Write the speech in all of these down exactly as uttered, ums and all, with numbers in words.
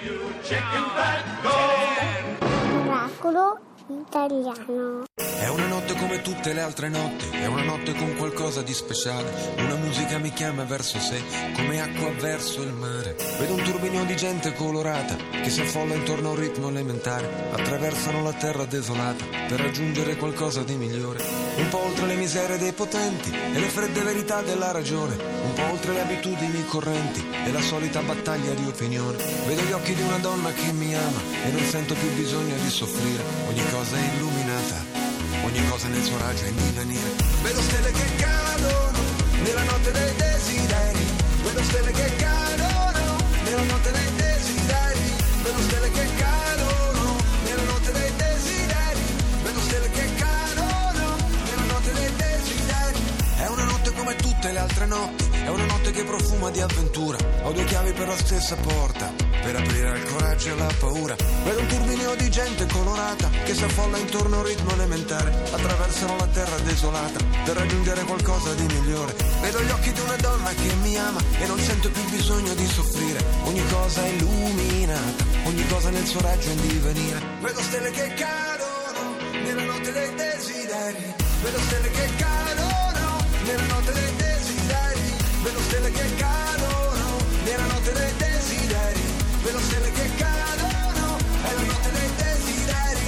Oracolo italiano. È una notte come tutte le altre notti, è una notte con qualcosa di speciale. Una musica mi chiama verso sé, come acqua verso il mare. Vedo un turbinio di gente colorata che si affolla intorno a un ritmo elementare. Attraversano la terra desolata per raggiungere qualcosa di migliore. Un po' oltre le miserie dei potenti e le fredde verità della ragione. Un po' oltre le abitudini correnti e la solita battaglia di opinione. Vedo gli occhi di una donna che mi ama e non sento più bisogno di soffrire. Ogni cosa è illuminata, ogni cosa nel suo raggio è in divenire. Vedo stelle che cadono nella notte dei desideri. Vedo stelle che cadono nella notte dei desideri. Vedo stelle che cadono nella notte dei desideri. Vedo stelle che cadono nella notte dei desideri. È una notte come tutte le altre notti, è una notte che profuma di avventura. Ho due chiavi per la stessa porta, per aprire al coraggio e alla paura. Vedo un turbinio di gente colorata che si affolla intorno a un ritmo elementare. Attraversano la terra desolata per raggiungere qualcosa di migliore. Vedo gli occhi di una donna che mi ama e non sento più bisogno di soffrire. Ogni cosa è illuminata, ogni cosa nel suo raggio è in divenire. Vedo stelle che cadono nella notte dei desideri. Vedo stelle che cadono nella notte dei desideri. Vedo stelle che cadono nella notte dei desideri. Vedo stelle che cadono, è la notte dei desideri.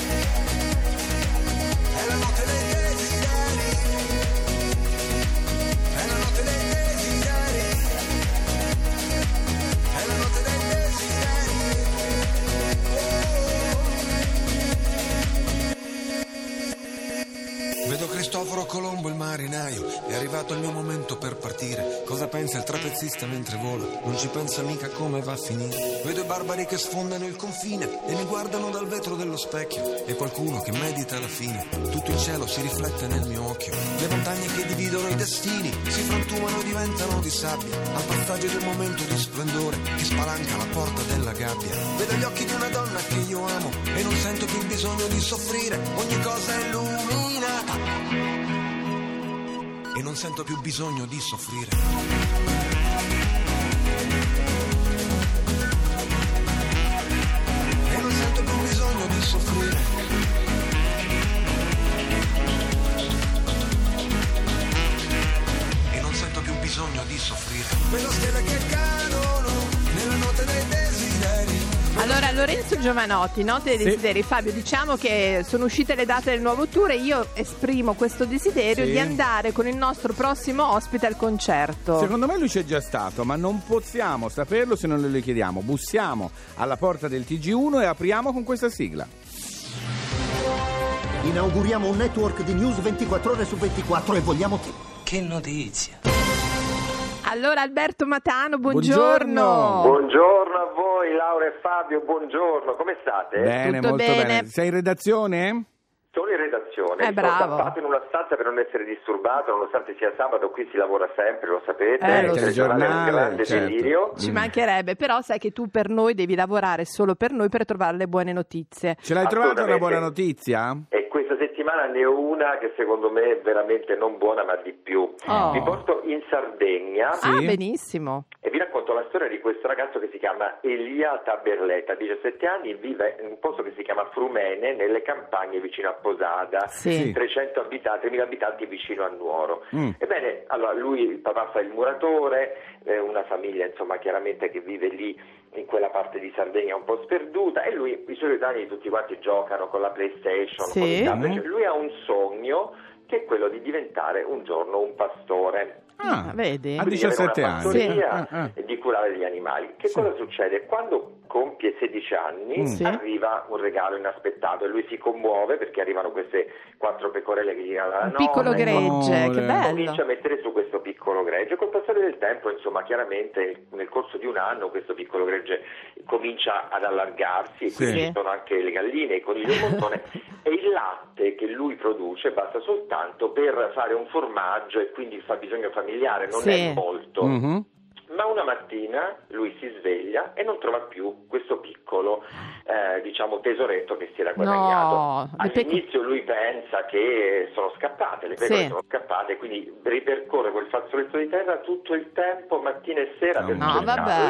È la notte dei desideri. È la notte dei desideri. È la notte dei desideri. Vedo Cristoforo Colombo il marinaio, è arrivato il mio momento per partire. Cosa pensa il trapezzista mentre vola? Non ci pensa mica come va a finire. Vedo i barbari che sfondano il confine e mi guardano dal vetro dello specchio. E qualcuno che medita alla fine, tutto il cielo si riflette nel mio occhio. Le montagne che dividono i destini si frantumano e diventano di sabbia al passaggio del momento di splendore che spalanca la porta della gabbia. Vedo gli occhi di una donna che io amo e non sento più il bisogno di soffrire. Ogni cosa è illuminata e non sento più bisogno di soffrire. E non sento più bisogno di soffrire. E non sento più bisogno di soffrire. Vedo stelle che cadono nella notte dei desideri. Allora, Lorenzo Giovanotti, notte dei desideri. Sì. Fabio, diciamo che sono uscite le date del nuovo tour e io esprimo questo desiderio, sì, di andare con il nostro prossimo ospite al concerto. Secondo me lui c'è già stato, ma non possiamo saperlo se non lo chiediamo. Bussiamo alla porta del T G uno e apriamo con questa sigla. Inauguriamo un network di news ventiquattro ore su ventiquattro e vogliamo... Che notizia! Allora, Alberto Matano, buongiorno. Buongiorno. Buongiorno a voi, Laura e Fabio, buongiorno, come state? Bene, Tutto molto bene. bene. Sei in redazione? Sono in redazione, Eh, mi bravo. sono tappato in una stanza per non essere disturbato, nonostante sia sabato, qui si lavora sempre, lo sapete, Eh, il lo so. telegiornale è un Giornale, grande certo. delirio. Ci mancherebbe, però sai che tu per noi devi lavorare solo per noi per trovare le buone notizie. Ce l'hai trovata una Assolutamente. buona notizia? E questa settimana ne ho una che secondo me è veramente non buona ma di più. Oh. Vi porto in Sardegna. Sì. Ah, benissimo. E vi racconto la storia di questo ragazzo che si chiama Elia Taberletta, diciassette anni, vive in un posto che si chiama Frumene, nelle campagne vicino a Posada, Sì. trecento abitanti, tremila abitanti vicino a Nuoro. Mm. Ebbene, allora lui, il papà fa il muratore, eh, una famiglia insomma chiaramente che vive lì in quella parte di Sardegna un po' sperduta, e lui, i suoi anni tutti quanti giocano con la PlayStation, Sì. con il tablet. Mm. Cioè, lui ha un sogno che è quello di diventare un giorno un pastore. Ah, vedi? a Quindi di avere diciassette una anni. fattoria Sì. Ah, ah. e di curare gli animali. Che Sì. cosa succede? Quando compie sedici anni Mm. Sì. arriva un regalo inaspettato e lui si commuove perché arrivano queste quattro pecorelle che gli dicono la Un piccolo nonna, gregge, no, che le- bello. comincia a mettere su questo piccolo gregge. Col passare del tempo, insomma, chiaramente nel corso di un anno questo piccolo gregge comincia ad allargarsi, e Sì. quindi ci sono anche le galline, i conigli e il montone, e il latte che lui produce basta soltanto per fare un formaggio e quindi il fabbisogno familiare, non Sì. è molto. Mhm. Ma una mattina lui si sveglia e non trova più questo piccolo eh, diciamo tesoretto che si era guadagnato. No, le peco- All'inizio lui pensa che sono scappate, le pecore Sì. sono scappate, quindi ripercorre quel fazzoletto di terra tutto il tempo, mattina e sera, per No, cercarle. vabbè.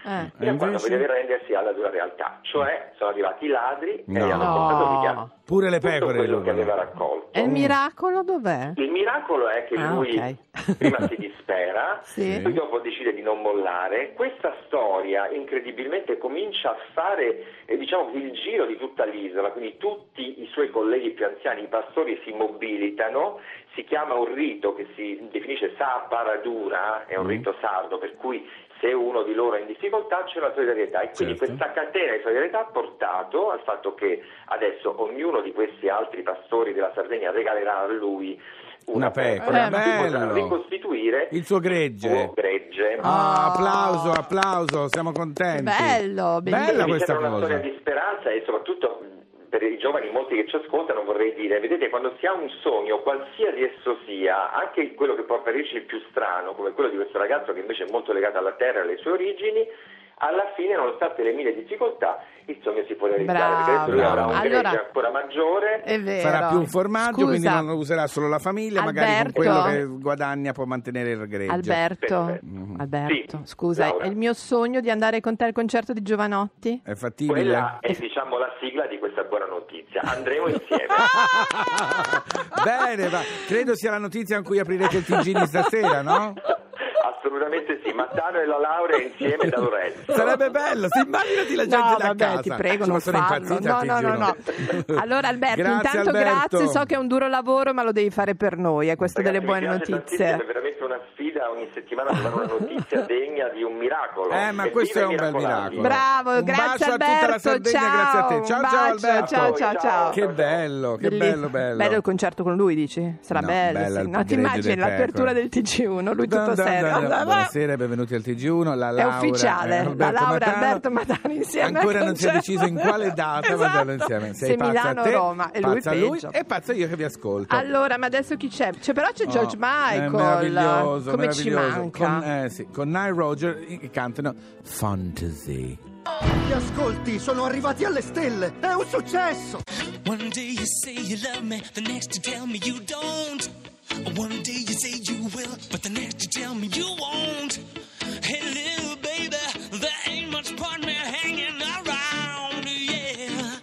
Eh. fino a quando invece? deve rendersi alla dura realtà, cioè sono arrivati i ladri No. e gli hanno portato via No. Pure le tutto pecore quello che rubano. aveva raccolto. E il miracolo dov'è? Il miracolo è che Ah, lui ok. prima si dispera, Sì. poi dopo decide di non mollare. Questa storia incredibilmente comincia a fare eh, diciamo il giro di tutta l'isola, quindi tutti i suoi colleghi più anziani, i pastori, si mobilitano. Si chiama un rito che si definisce Saparadura, è un Mm. rito sardo, per cui se uno di loro è in difficoltà c'è una solidarietà, e quindi Certo. questa catena di solidarietà ha portato al fatto che adesso ognuno di questi altri pastori della Sardegna regalerà a lui una, Una pecora, Eh, pecora, che potrà bello. ricostituire Il suo gregge. suo gregge. Ah, Oh. applauso, applauso, siamo contenti. Bello, Bella bellissimo. Mi questa sembra una cosa. storia di speranza, e soprattutto mh, per i giovani, molti che ci ascoltano, vorrei dire, vedete, quando si ha un sogno, qualsiasi esso sia, anche quello che può apparirci il più strano, come quello di questo ragazzo che invece è molto legato alla terra e alle sue origini, alla fine, nonostante le mille difficoltà, il sogno si può realizzare, Bravo, perché adesso lui bravo. avrà un Allora- gregge ancora maggiore. È vero. Farà più un formaggio, Scusa, quindi non lo userà solo la famiglia, magari con Alberto? quello che guadagna può mantenere il gregge. Alberto, Perfetto. Alberto, Sì, scusa, Laura. è il mio sogno di andare con te al concerto di Giovanotti? È fattibile? Quella è, diciamo, la sigla di questa buona notizia. Andremo insieme. Bene, ma credo sia la notizia con cui aprirete il T G di stasera, no? Assolutamente sì, Mattano e la Laurea insieme da Lorenzo. Sarebbe bello, se immaginati la gente No, da vabbè, casa. ti prego, Cioè, non sono farlo. impazzita, No, ti no, no, giuro. no. Allora Alberto, Grazie, intanto Alberto. grazie, so che è un duro lavoro, ma lo devi fare per noi, è questo Ragazzi, delle buone mi piace notizie. tantissimo, è veramente una sfida ogni settimana per dare una notizia degna di un miracolo. Eh, ma E questo è viva un i bel miracolati. miracolo. Bravo, Un grazie bacio a tutta la Alberto, Sardegna, ciao. grazie a te. Un Ciao, ciao, bacio, Alberto. ciao, ciao, ciao. Che bello, che Bellissimo. bello, bello. Bello il concerto con lui, dici? Sarà No, bello, bella sì. il No, ti gregge immagini delle l'apertura pecore. del T G uno, lui tutto Dun, dun, serio. dun, dun. Buonasera, benvenuti al T G uno. La È Laura, ufficiale, eh, la Alberto Laura e Matano. Alberto Matano insieme. Ancora al non si è concerto. deciso in quale data Esatto. mandarlo insieme. Sei Se pazza Milano a te, o Roma, e lui pazza peggio. lui e pazza io che vi ascolto. Allora, ma adesso chi c'è? C'è però c'è George Oh, Michael. è meraviglioso, Come ci meraviglioso. manca? Con, eh, sì, con Nile Roger che cantano Fantasy. Gli ascolti sono arrivati alle stelle. È un successo. One day you say you love me, the next you tell me you don't. One day you say you will, but the next you tell me you won't. Hey little baby, there ain't much point me hanging around, yeah.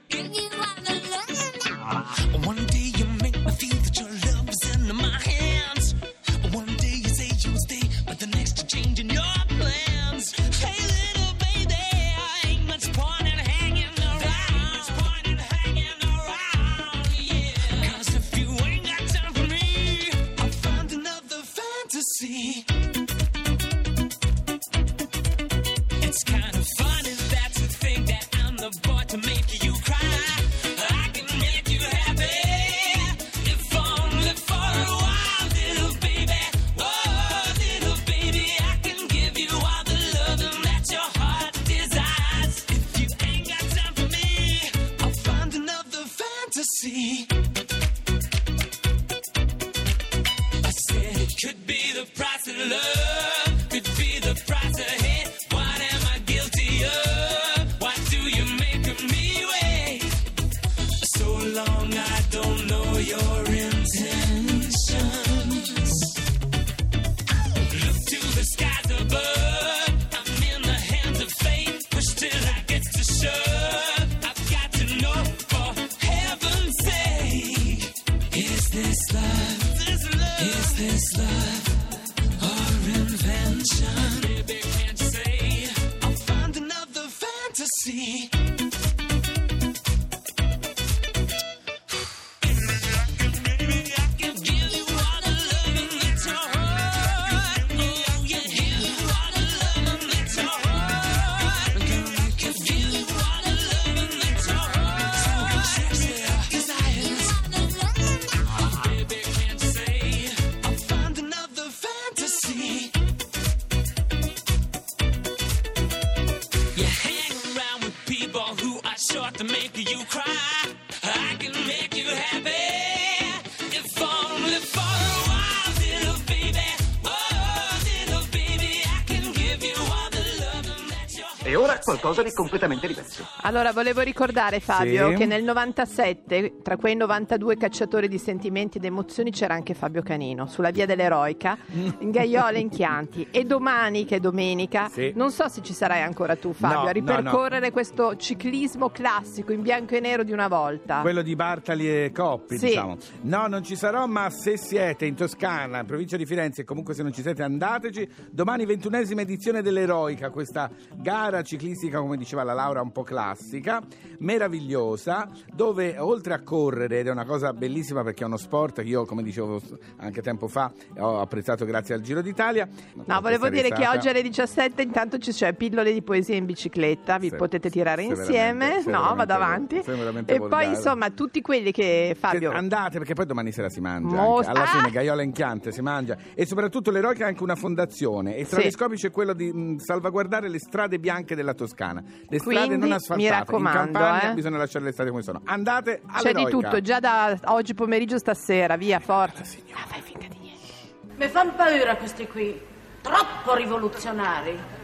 One day you make me feel that your love is in my hands. One day you say you'll stay, but the next you're changing your plans. Hey little baby, ain't much point in hanging around. Much point in hanging around, yeah. 'Cause if you ain't got time for me, I'll find another fantasy. It's kind of funny that you think that I'm the boy to make you cry. I can make you happy, if only for a while, little baby. Oh, little baby, I can give you all the loving that your heart desires. If you ain't got time for me, I'll find another fantasy. I said it could be the price of love, could be the price of hate. What am I guilty of? Why do you make me wait so long? I don't know your intentions. Look to the skies above. I'm in the hands of fate. Push till I get to shove. I've got to know for heaven's sake. Is this love? Is this love or invention? Baby, can't you say I'll find another fantasy? Baby, I can give you all the loving that's your heart. Oh, yeah, give you all the loving that's your heart. Girl, I can give you all the loving that's your heart. Sexy desires. Baby, can't you say I'll find another fantasy? You hang around with people who are sure to make you cry. I can make you happy, if only for a while, little baby. Oh, little baby, I can give you all the love that you're. E ora qualcosa di completamente diverso. Allora, volevo ricordare, Fabio, Sì. che nel novantasette, tra quei novantadue cacciatori di sentimenti ed emozioni, c'era anche Fabio Canino, sulla via dell'eroica, in Gaiola in Chianti. E domani, che è domenica, Sì. non so se ci sarai ancora tu, Fabio, No, a ripercorrere no, questo ciclismo classico in bianco e nero di una volta. Quello di Bartali e Coppi, Sì. diciamo. No, non ci sarò, ma se siete in Toscana, in provincia di Firenze, e comunque se non ci siete andateci, domani ventunesima edizione dell'Eroica, questa gara ciclistica, come diceva la Laura, un po' classica, meravigliosa, dove oltre a correre, ed è una cosa bellissima perché è uno sport che io, come dicevo anche tempo fa, ho apprezzato grazie al Giro d'Italia. No, volevo dire che risata- oggi alle diciassette intanto ci c'è pillole di poesia in bicicletta, vi Sei- potete tirare sei insieme, veramente- sei no, veramente- vado avanti. sei veramente E volgare. poi insomma tutti quelli che, Fabio, Che andate, perché poi domani sera si mangia Mos- anche. Alla Ah! fine Gaiola in Chianti si mangia, e soprattutto l'Eroica ha anche una fondazione, e tra Sì. gli scopi c'è quello di mh, salvaguardare le strade bianche della Toscana, le strade Quindi, non mi asfaltate. raccomando, in Campania eh. bisogna lasciare le strade come sono. Andate c'è di all'Eroica. tutto, già da oggi pomeriggio stasera, via, forza. Ah, fai finta di niente. Mi fanno paura questi qui, troppo rivoluzionari.